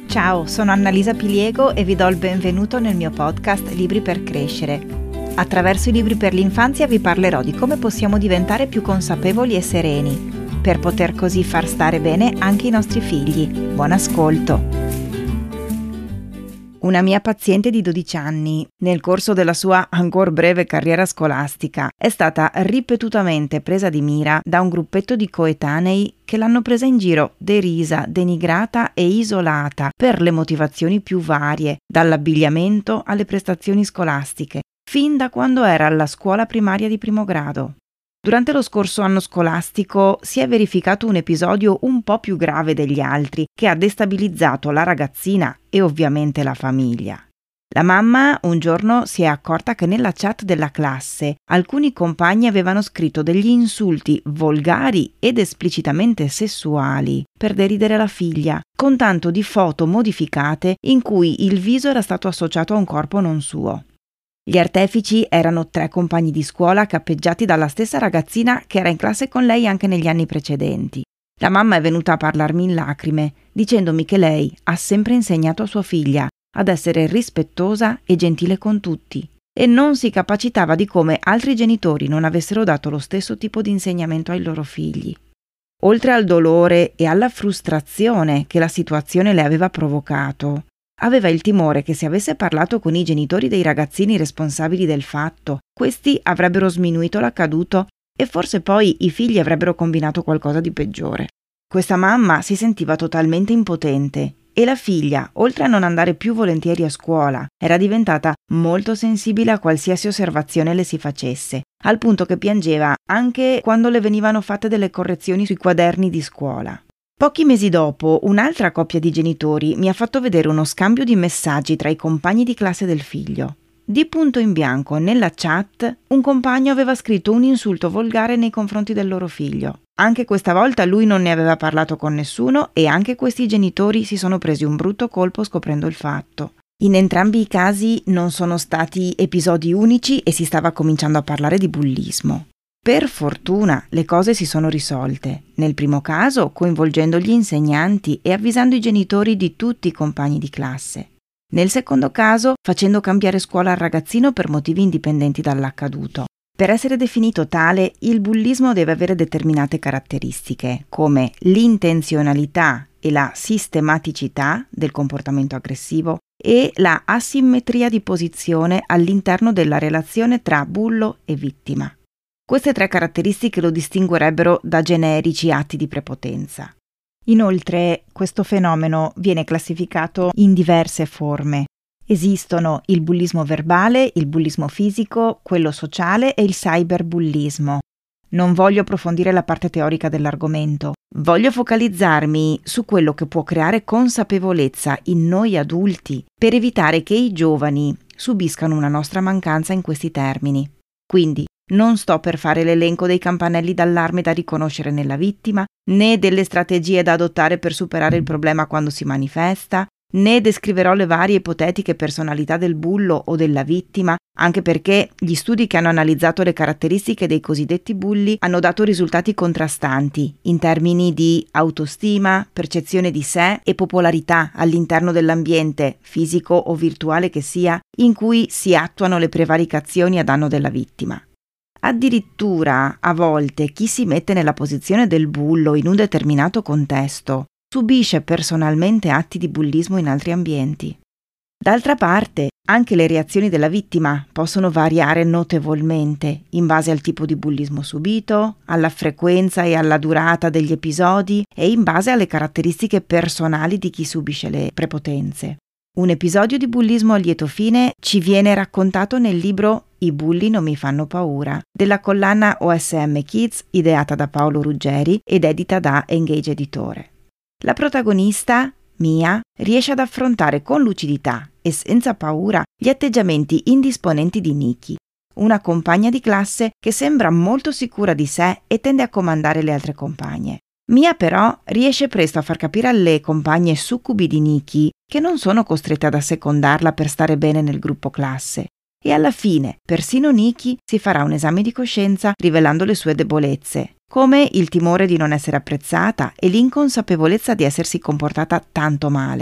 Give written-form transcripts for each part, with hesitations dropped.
Ciao, sono Annalisa Piliego e vi do il benvenuto nel mio podcast Libri per crescere. Attraverso i libri per l'infanzia vi parlerò di come possiamo diventare più consapevoli e sereni, per poter così far stare bene anche i nostri figli. Buon ascolto! Una mia paziente di 12 anni, nel corso della sua ancor breve carriera scolastica, è stata ripetutamente presa di mira da un gruppetto di coetanei che l'hanno presa in giro, derisa, denigrata e isolata per le motivazioni più varie, dall'abbigliamento alle prestazioni scolastiche, fin da quando era alla scuola primaria di primo grado. Durante lo scorso anno scolastico si è verificato un episodio un po' più grave degli altri che ha destabilizzato la ragazzina e ovviamente la famiglia. La mamma un giorno si è accorta che nella chat della classe alcuni compagni avevano scritto degli insulti volgari ed esplicitamente sessuali per deridere la figlia, con tanto di foto modificate in cui il viso era stato associato a un corpo non suo. Gli artefici erano 3 compagni di scuola cappeggiati dalla stessa ragazzina che era in classe con lei anche negli anni precedenti. La mamma è venuta a parlarmi in lacrime, dicendomi che lei ha sempre insegnato a sua figlia ad essere rispettosa e gentile con tutti e non si capacitava di come altri genitori non avessero dato lo stesso tipo di insegnamento ai loro figli. Oltre al dolore e alla frustrazione che la situazione le aveva provocato, aveva il timore che se avesse parlato con i genitori dei ragazzini responsabili del fatto, questi avrebbero sminuito l'accaduto e forse poi i figli avrebbero combinato qualcosa di peggiore. Questa mamma si sentiva totalmente impotente e la figlia, oltre a non andare più volentieri a scuola, era diventata molto sensibile a qualsiasi osservazione le si facesse, al punto che piangeva anche quando le venivano fatte delle correzioni sui quaderni di scuola. Pochi mesi dopo, un'altra coppia di genitori mi ha fatto vedere uno scambio di messaggi tra i compagni di classe del figlio. Di punto in bianco, nella chat, un compagno aveva scritto un insulto volgare nei confronti del loro figlio. Anche questa volta lui non ne aveva parlato con nessuno e anche questi genitori si sono presi un brutto colpo scoprendo il fatto. In entrambi i casi non sono stati episodi unici e si stava cominciando a parlare di bullismo. Per fortuna le cose si sono risolte, nel primo caso coinvolgendo gli insegnanti e avvisando i genitori di tutti i compagni di classe. Nel secondo caso facendo cambiare scuola al ragazzino per motivi indipendenti dall'accaduto. Per essere definito tale, il bullismo deve avere determinate caratteristiche, come l'intenzionalità e la sistematicità del comportamento aggressivo e la asimmetria di posizione all'interno della relazione tra bullo e vittima. Queste 3 caratteristiche lo distinguerebbero da generici atti di prepotenza. Inoltre, questo fenomeno viene classificato in diverse forme. Esistono il bullismo verbale, il bullismo fisico, quello sociale e il cyberbullismo. Non voglio approfondire la parte teorica dell'argomento. Voglio focalizzarmi su quello che può creare consapevolezza in noi adulti per evitare che i giovani subiscano una nostra mancanza in questi termini. Quindi, non sto per fare l'elenco dei campanelli d'allarme da riconoscere nella vittima, né delle strategie da adottare per superare il problema quando si manifesta, né descriverò le varie ipotetiche personalità del bullo o della vittima, anche perché gli studi che hanno analizzato le caratteristiche dei cosiddetti bulli hanno dato risultati contrastanti in termini di autostima, percezione di sé e popolarità all'interno dell'ambiente, fisico o virtuale che sia, in cui si attuano le prevaricazioni a danno della vittima. Addirittura, a volte, chi si mette nella posizione del bullo in un determinato contesto subisce personalmente atti di bullismo in altri ambienti. D'altra parte, anche le reazioni della vittima possono variare notevolmente in base al tipo di bullismo subito, alla frequenza e alla durata degli episodi e in base alle caratteristiche personali di chi subisce le prepotenze. Un episodio di bullismo a lieto fine ci viene raccontato nel libro I bulli non mi fanno paura, della collana OSM Kids ideata da Paolo Ruggeri ed edita da Engage Editore. La protagonista, Mia, riesce ad affrontare con lucidità e senza paura gli atteggiamenti indisponenti di Nikki, una compagna di classe che sembra molto sicura di sé e tende a comandare le altre compagne. Mia però riesce presto a far capire alle compagne succubi di Nikki che non sono costrette ad assecondarla per stare bene nel gruppo classe. E alla fine, persino Nikki si farà un esame di coscienza rivelando le sue debolezze, come il timore di non essere apprezzata e l'inconsapevolezza di essersi comportata tanto male.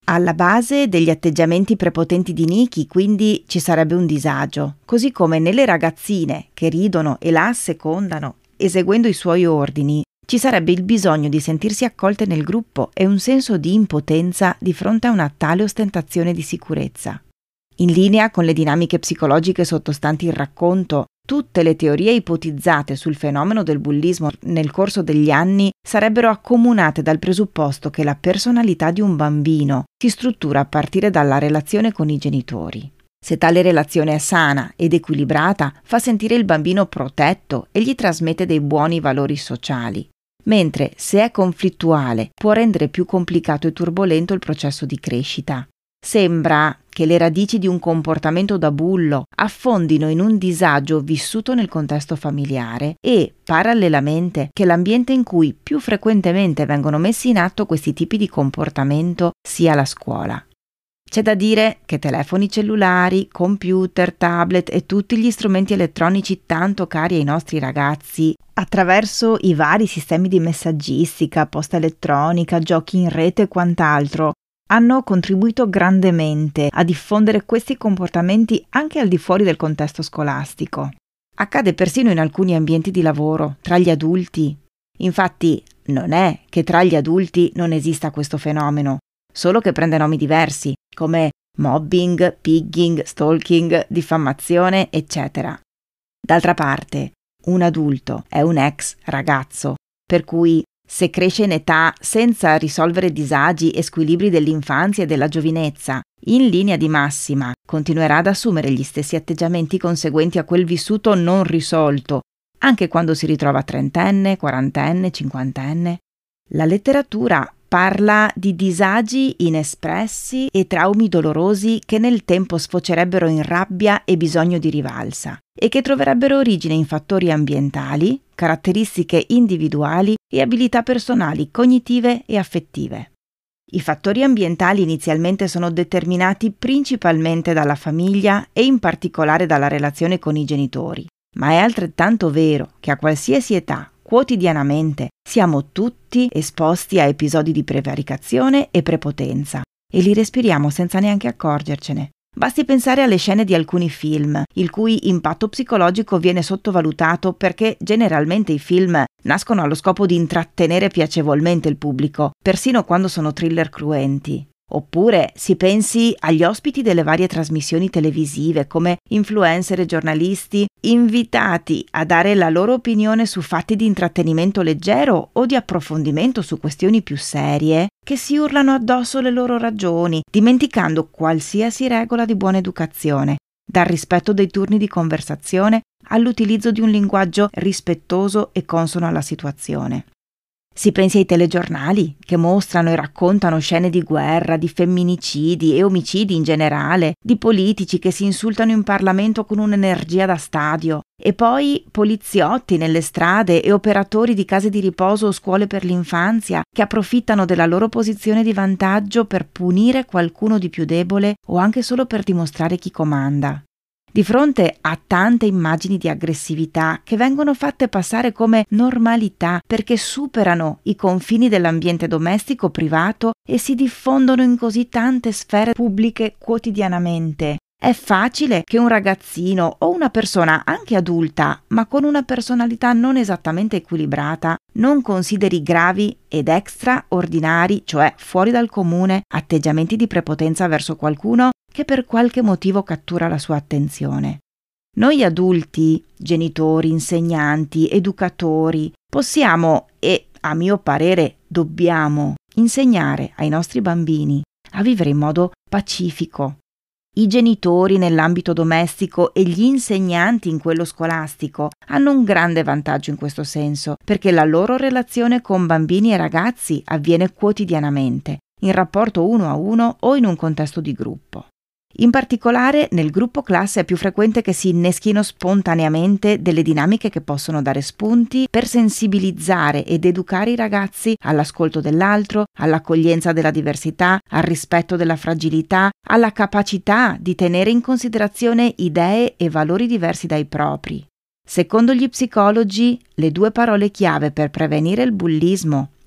Alla base degli atteggiamenti prepotenti di Nikki, quindi, ci sarebbe un disagio, così come nelle ragazzine che ridono e la assecondano, eseguendo i suoi ordini, ci sarebbe il bisogno di sentirsi accolte nel gruppo e un senso di impotenza di fronte a una tale ostentazione di sicurezza. In linea con le dinamiche psicologiche sottostanti il racconto, tutte le teorie ipotizzate sul fenomeno del bullismo nel corso degli anni sarebbero accomunate dal presupposto che la personalità di un bambino si struttura a partire dalla relazione con i genitori. Se tale relazione è sana ed equilibrata, fa sentire il bambino protetto e gli trasmette dei buoni valori sociali, mentre se è conflittuale può rendere più complicato e turbolento il processo di crescita. Sembra che le radici di un comportamento da bullo affondino in un disagio vissuto nel contesto familiare e, parallelamente, che l'ambiente in cui più frequentemente vengono messi in atto questi tipi di comportamento sia la scuola. C'è da dire che telefoni cellulari, computer, tablet e tutti gli strumenti elettronici tanto cari ai nostri ragazzi, attraverso i vari sistemi di messaggistica, posta elettronica, giochi in rete e quant'altro, hanno contribuito grandemente a diffondere questi comportamenti anche al di fuori del contesto scolastico. Accade persino in alcuni ambienti di lavoro, tra gli adulti. Infatti, non è che tra gli adulti non esista questo fenomeno, solo che prende nomi diversi, come mobbing, pigging, stalking, diffamazione, eccetera. D'altra parte, un adulto è un ex ragazzo, per cui se cresce in età senza risolvere disagi e squilibri dell'infanzia e della giovinezza, in linea di massima continuerà ad assumere gli stessi atteggiamenti conseguenti a quel vissuto non risolto, anche quando si ritrova trentenne, quarantenne, cinquantenne. La letteratura parla di disagi inespressi e traumi dolorosi che nel tempo sfocerebbero in rabbia e bisogno di rivalsa e che troverebbero origine in fattori ambientali, caratteristiche individuali e abilità personali, cognitive e affettive. I fattori ambientali inizialmente sono determinati principalmente dalla famiglia e in particolare dalla relazione con i genitori, ma è altrettanto vero che a qualsiasi età, quotidianamente, siamo tutti esposti a episodi di prevaricazione e prepotenza e li respiriamo senza neanche accorgercene. Basti pensare alle scene di alcuni film, il cui impatto psicologico viene sottovalutato perché generalmente i film nascono allo scopo di intrattenere piacevolmente il pubblico, persino quando sono thriller cruenti. Oppure si pensi agli ospiti delle varie trasmissioni televisive come influencer e giornalisti invitati a dare la loro opinione su fatti di intrattenimento leggero o di approfondimento su questioni più serie, che si urlano addosso le loro ragioni, dimenticando qualsiasi regola di buona educazione, dal rispetto dei turni di conversazione all'utilizzo di un linguaggio rispettoso e consono alla situazione. Si pensi ai telegiornali che mostrano e raccontano scene di guerra, di femminicidi e omicidi in generale, di politici che si insultano in Parlamento con un'energia da stadio, e poi poliziotti nelle strade e operatori di case di riposo o scuole per l'infanzia che approfittano della loro posizione di vantaggio per punire qualcuno di più debole o anche solo per dimostrare chi comanda. Di fronte a tante immagini di aggressività che vengono fatte passare come normalità perché superano i confini dell'ambiente domestico privato e si diffondono in così tante sfere pubbliche quotidianamente, è facile che un ragazzino o una persona anche adulta, ma con una personalità non esattamente equilibrata, non consideri gravi ed extraordinari, cioè fuori dal comune, atteggiamenti di prepotenza verso qualcuno che per qualche motivo cattura la sua attenzione. Noi adulti, genitori, insegnanti, educatori, possiamo e, a mio parere, dobbiamo insegnare ai nostri bambini a vivere in modo pacifico. I genitori nell'ambito domestico e gli insegnanti in quello scolastico hanno un grande vantaggio in questo senso, perché la loro relazione con bambini e ragazzi avviene quotidianamente, in rapporto uno a uno o in un contesto di gruppo. In particolare, nel gruppo classe è più frequente che si inneschino spontaneamente delle dinamiche che possono dare spunti per sensibilizzare ed educare i ragazzi all'ascolto dell'altro, all'accoglienza della diversità, al rispetto della fragilità, alla capacità di tenere in considerazione idee e valori diversi dai propri. Secondo gli psicologi, le due parole chiave per prevenire il bullismo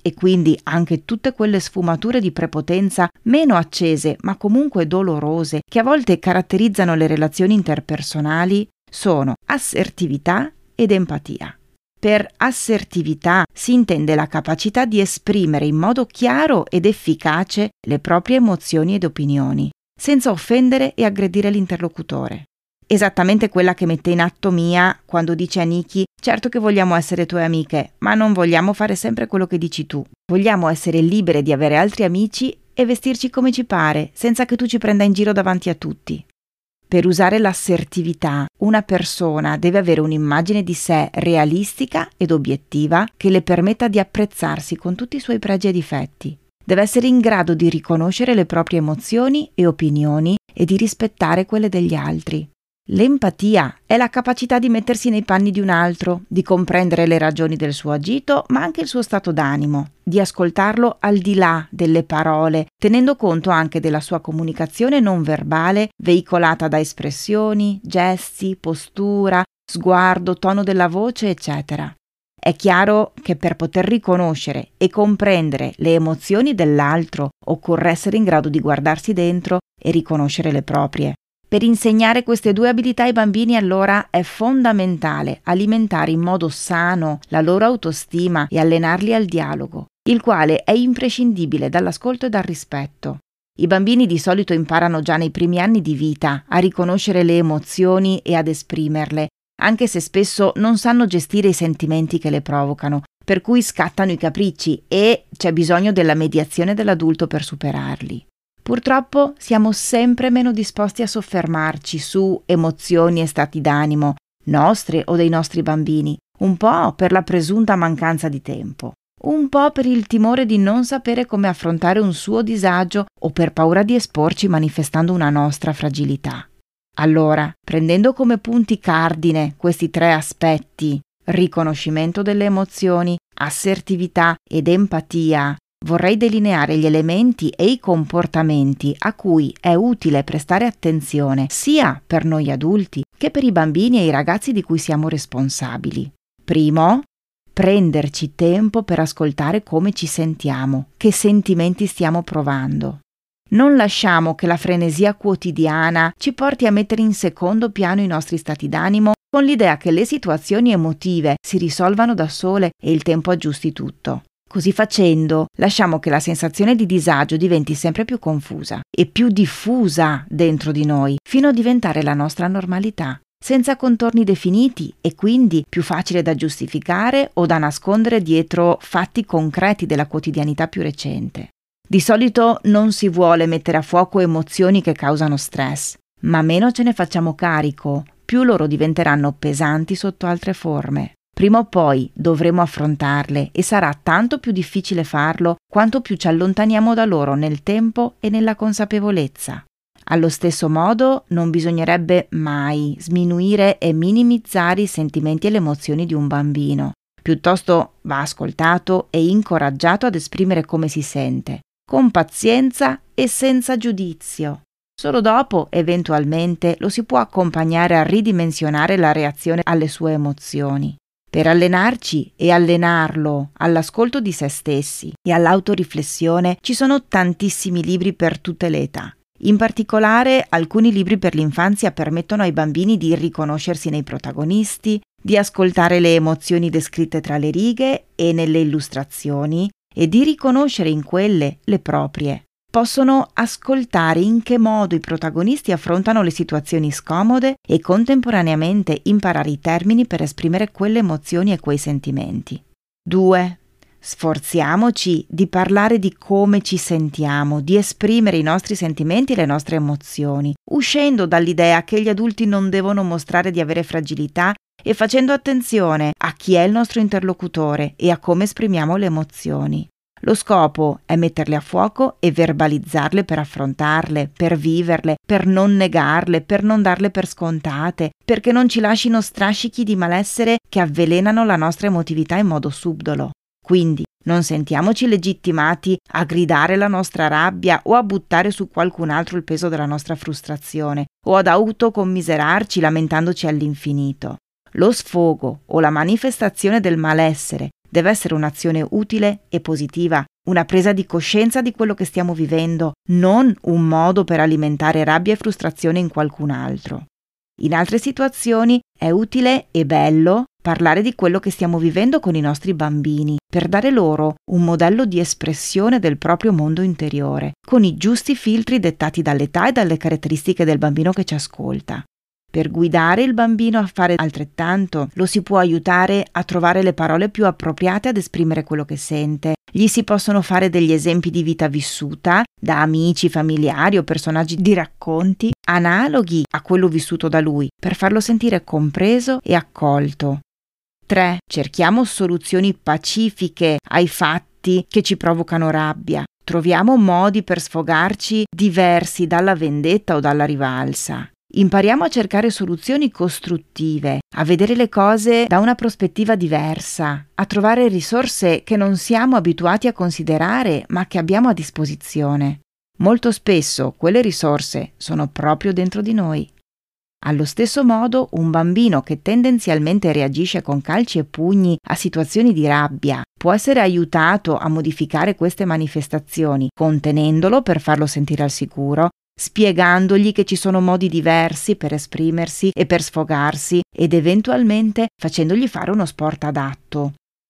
e quindi anche tutte quelle sfumature di prepotenza meno accese ma comunque dolorose che a volte caratterizzano le relazioni interpersonali sono assertività ed empatia. Per assertività si intende la capacità di esprimere in modo chiaro ed efficace le proprie emozioni ed opinioni, senza offendere e aggredire l'interlocutore. Esattamente quella che mette in atto Mia quando dice a Nikki: certo che vogliamo essere tue amiche, ma non vogliamo fare sempre quello che dici tu. Vogliamo essere libere di avere altri amici e vestirci come ci pare, senza che tu ci prenda in giro davanti a tutti. Per usare l'assertività, una persona deve avere un'immagine di sé realistica ed obiettiva che le permetta di apprezzarsi con tutti i suoi pregi e difetti. Deve essere in grado di riconoscere le proprie emozioni e opinioni e di rispettare quelle degli altri. L'empatia è la capacità di mettersi nei panni di un altro, di comprendere le ragioni del suo agito, ma anche il suo stato d'animo, di ascoltarlo al di là delle parole, tenendo conto anche della sua comunicazione non verbale veicolata da espressioni, gesti, postura, sguardo, tono della voce, eccetera. È chiaro che per poter riconoscere e comprendere le emozioni dell'altro occorre essere in grado di guardarsi dentro e riconoscere le proprie. Per insegnare queste due abilità ai bambini, allora, è fondamentale alimentare in modo sano la loro autostima e allenarli al dialogo, il quale è imprescindibile dall'ascolto e dal rispetto. I bambini di solito imparano già nei primi anni di vita a riconoscere le emozioni e ad esprimerle, anche se spesso non sanno gestire i sentimenti che le provocano, per cui scattano i capricci e c'è bisogno della mediazione dell'adulto per superarli. Purtroppo siamo sempre meno disposti a soffermarci su emozioni e stati d'animo, nostri o dei nostri bambini, un po' per la presunta mancanza di tempo, un po' per il timore di non sapere come affrontare un suo disagio o per paura di esporci manifestando una nostra fragilità. Allora, prendendo come punti cardine questi tre aspetti, riconoscimento delle emozioni, assertività ed empatia, vorrei delineare gli elementi e i comportamenti a cui è utile prestare attenzione sia per noi adulti che per i bambini e i ragazzi di cui siamo responsabili. Primo, prenderci tempo per ascoltare come ci sentiamo, che sentimenti stiamo provando. Non lasciamo che la frenesia quotidiana ci porti a mettere in secondo piano i nostri stati d'animo con l'idea che le situazioni emotive si risolvano da sole e il tempo aggiusti tutto. Così facendo, lasciamo che la sensazione di disagio diventi sempre più confusa e più diffusa dentro di noi, fino a diventare la nostra normalità, senza contorni definiti e quindi più facile da giustificare o da nascondere dietro fatti concreti della quotidianità più recente. Di solito non si vuole mettere a fuoco emozioni che causano stress, ma meno ce ne facciamo carico, più loro diventeranno pesanti sotto altre forme. Prima o poi dovremo affrontarle e sarà tanto più difficile farlo quanto più ci allontaniamo da loro nel tempo e nella consapevolezza. Allo stesso modo non bisognerebbe mai sminuire e minimizzare i sentimenti e le emozioni di un bambino. Piuttosto va ascoltato e incoraggiato ad esprimere come si sente, con pazienza e senza giudizio. Solo dopo, eventualmente, lo si può accompagnare a ridimensionare la reazione alle sue emozioni. Per allenarci e allenarlo all'ascolto di se stessi e all'autoriflessione ci sono tantissimi libri per tutte le età. In particolare, alcuni libri per l'infanzia permettono ai bambini di riconoscersi nei protagonisti, di ascoltare le emozioni descritte tra le righe e nelle illustrazioni e di riconoscere in quelle le proprie. Possono ascoltare in che modo i protagonisti affrontano le situazioni scomode e contemporaneamente imparare i termini per esprimere quelle emozioni e quei sentimenti. 2. Sforziamoci di parlare di come ci sentiamo, di esprimere i nostri sentimenti e le nostre emozioni, uscendo dall'idea che gli adulti non devono mostrare di avere fragilità e facendo attenzione a chi è il nostro interlocutore e a come esprimiamo le emozioni. Lo scopo è metterle a fuoco e verbalizzarle per affrontarle, per viverle, per non negarle, per non darle per scontate, perché non ci lascino strascichi di malessere che avvelenano la nostra emotività in modo subdolo. Quindi non sentiamoci legittimati a gridare la nostra rabbia o a buttare su qualcun altro il peso della nostra frustrazione o ad autocommiserarci lamentandoci all'infinito. Lo sfogo o la manifestazione del malessere Deve essere un'azione utile e positiva, una presa di coscienza di quello che stiamo vivendo, non un modo per alimentare rabbia e frustrazione in qualcun altro. In altre situazioni è utile e bello parlare di quello che stiamo vivendo con i nostri bambini, per dare loro un modello di espressione del proprio mondo interiore, con i giusti filtri dettati dall'età e dalle caratteristiche del bambino che ci ascolta. Per guidare il bambino a fare altrettanto, lo si può aiutare a trovare le parole più appropriate ad esprimere quello che sente. Gli si possono fare degli esempi di vita vissuta da amici, familiari o personaggi di racconti analoghi a quello vissuto da lui, per farlo sentire compreso e accolto. 3. Cerchiamo soluzioni pacifiche ai fatti che ci provocano rabbia. Troviamo modi per sfogarci diversi dalla vendetta o dalla rivalsa. Impariamo a cercare soluzioni costruttive, a vedere le cose da una prospettiva diversa, a trovare risorse che non siamo abituati a considerare ma che abbiamo a disposizione. Molto spesso quelle risorse sono proprio dentro di noi. Allo stesso modo, un bambino che tendenzialmente reagisce con calci e pugni a situazioni di rabbia può essere aiutato a modificare queste manifestazioni, contenendolo per farlo sentire al sicuro, spiegandogli che ci sono modi diversi per esprimersi e per sfogarsi ed eventualmente facendogli fare uno sport adatto.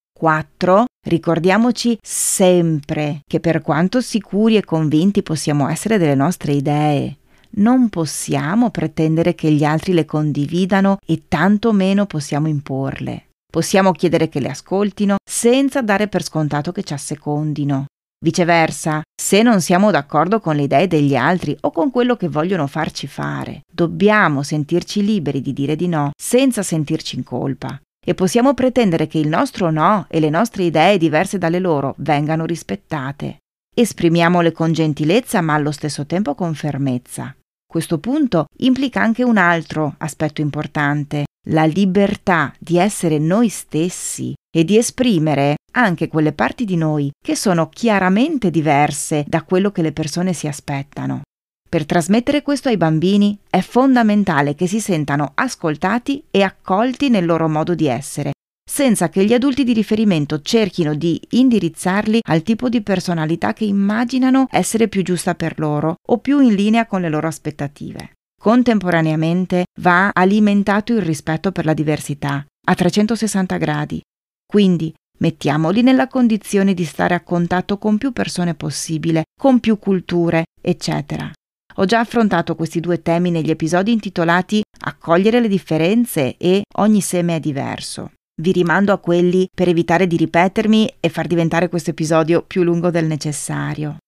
4. Ricordiamoci sempre che per quanto sicuri e convinti possiamo essere delle nostre idee, non possiamo pretendere che gli altri le condividano e tanto meno possiamo imporle. Possiamo chiedere che le ascoltino senza dare per scontato che ci assecondino. Viceversa, se non siamo d'accordo con le idee degli altri o con quello che vogliono farci fare, dobbiamo sentirci liberi di dire di no senza sentirci in colpa. E possiamo pretendere che il nostro no e le nostre idee diverse dalle loro vengano rispettate. Esprimiamole con gentilezza ma allo stesso tempo con fermezza. Questo punto implica anche un altro aspetto importante, la libertà di essere noi stessi e di esprimere anche quelle parti di noi che sono chiaramente diverse da quello che le persone si aspettano. Per trasmettere questo ai bambini è fondamentale che si sentano ascoltati e accolti nel loro modo di essere, senza che gli adulti di riferimento cerchino di indirizzarli al tipo di personalità che immaginano essere più giusta per loro o più in linea con le loro aspettative. Contemporaneamente va alimentato il rispetto per la diversità a 360 gradi. Quindi mettiamoli nella condizione di stare a contatto con più persone possibile, con più culture, eccetera. Ho già affrontato questi due temi negli episodi intitolati Accogliere le differenze e Ogni seme è diverso. Vi rimando a quelli per evitare di ripetermi e far diventare questo episodio più lungo del necessario.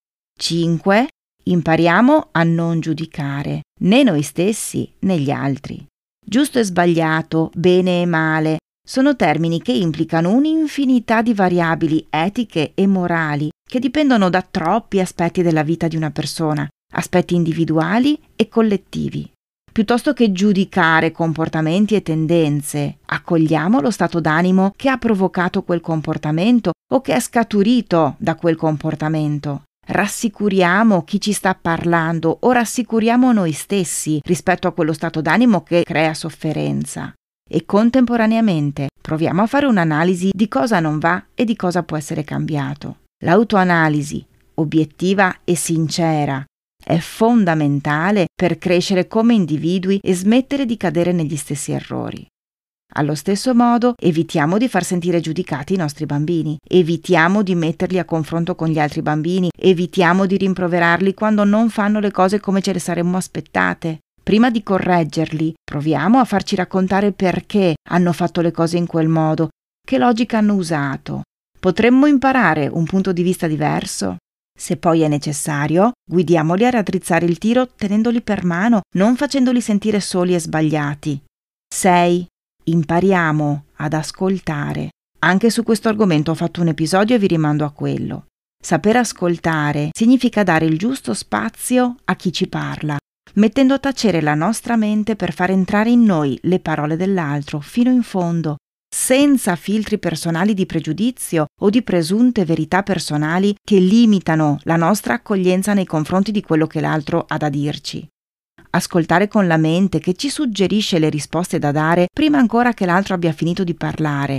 5. Impariamo a non giudicare né noi stessi né gli altri. Giusto e sbagliato, bene e male, sono termini che implicano un'infinità di variabili etiche e morali che dipendono da troppi aspetti della vita di una persona, aspetti individuali e collettivi. Piuttosto che giudicare comportamenti e tendenze, accogliamo lo stato d'animo che ha provocato quel comportamento o che è scaturito da quel comportamento. Rassicuriamo chi ci sta parlando o rassicuriamo noi stessi rispetto a quello stato d'animo che crea sofferenza. E contemporaneamente proviamo a fare un'analisi di cosa non va e di cosa può essere cambiato. L'autoanalisi, obiettiva e sincera, è fondamentale per crescere come individui e smettere di cadere negli stessi errori. Allo stesso modo, evitiamo di far sentire giudicati i nostri bambini, evitiamo di metterli a confronto con gli altri bambini, evitiamo di rimproverarli quando non fanno le cose come ce le saremmo aspettate. Prima di correggerli, proviamo a farci raccontare perché hanno fatto le cose in quel modo, che logica hanno usato. Potremmo imparare un punto di vista diverso? Se poi è necessario, guidiamoli a raddrizzare il tiro tenendoli per mano, non facendoli sentire soli e sbagliati. 6. Impariamo ad ascoltare. Anche su questo argomento ho fatto un episodio e vi rimando a quello. Saper ascoltare significa dare il giusto spazio a chi ci parla, mettendo a tacere la nostra mente per far entrare in noi le parole dell'altro fino in fondo, senza filtri personali di pregiudizio o di presunte verità personali che limitano la nostra accoglienza nei confronti di quello che l'altro ha da dirci. Ascoltare con la mente che ci suggerisce le risposte da dare prima ancora che l'altro abbia finito di parlare,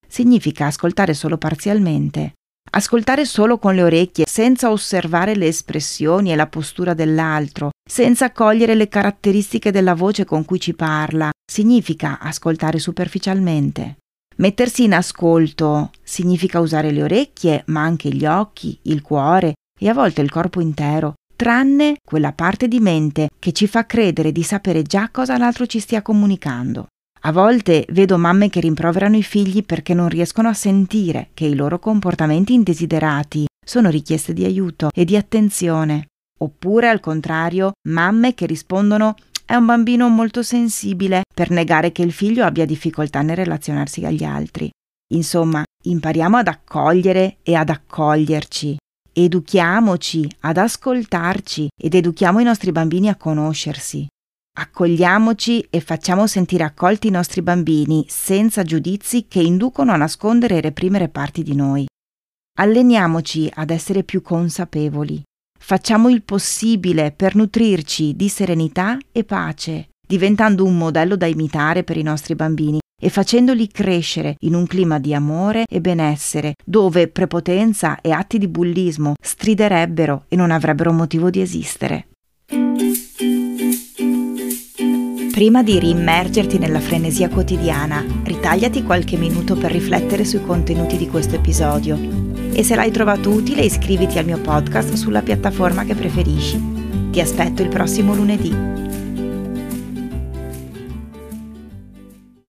significa ascoltare solo parzialmente. Ascoltare solo con le orecchie, senza osservare le espressioni e la postura dell'altro, senza cogliere le caratteristiche della voce con cui ci parla, significa ascoltare superficialmente. Mettersi in ascolto significa usare le orecchie, ma anche gli occhi, il cuore e a volte il corpo intero, tranne quella parte di mente che ci fa credere di sapere già cosa l'altro ci stia comunicando. A volte vedo mamme che rimproverano i figli perché non riescono a sentire che i loro comportamenti indesiderati sono richieste di aiuto e di attenzione. Oppure, al contrario, mamme che rispondono «è un bambino molto sensibile» per negare che il figlio abbia difficoltà nel relazionarsi agli altri. Insomma, impariamo ad accogliere e ad accoglierci. Educhiamoci ad ascoltarci ed educhiamo i nostri bambini a conoscersi. Accogliamoci e facciamo sentire accolti i nostri bambini senza giudizi che inducono a nascondere e reprimere parti di noi. Alleniamoci ad essere più consapevoli. Facciamo il possibile per nutrirci di serenità e pace, diventando un modello da imitare per i nostri bambini e facendoli crescere in un clima di amore e benessere, dove prepotenza e atti di bullismo striderebbero e non avrebbero motivo di esistere. Prima di riimmergerti nella frenesia quotidiana, ritagliati qualche minuto per riflettere sui contenuti di questo episodio. E se l'hai trovato utile, iscriviti al mio podcast sulla piattaforma che preferisci. Ti aspetto il prossimo lunedì.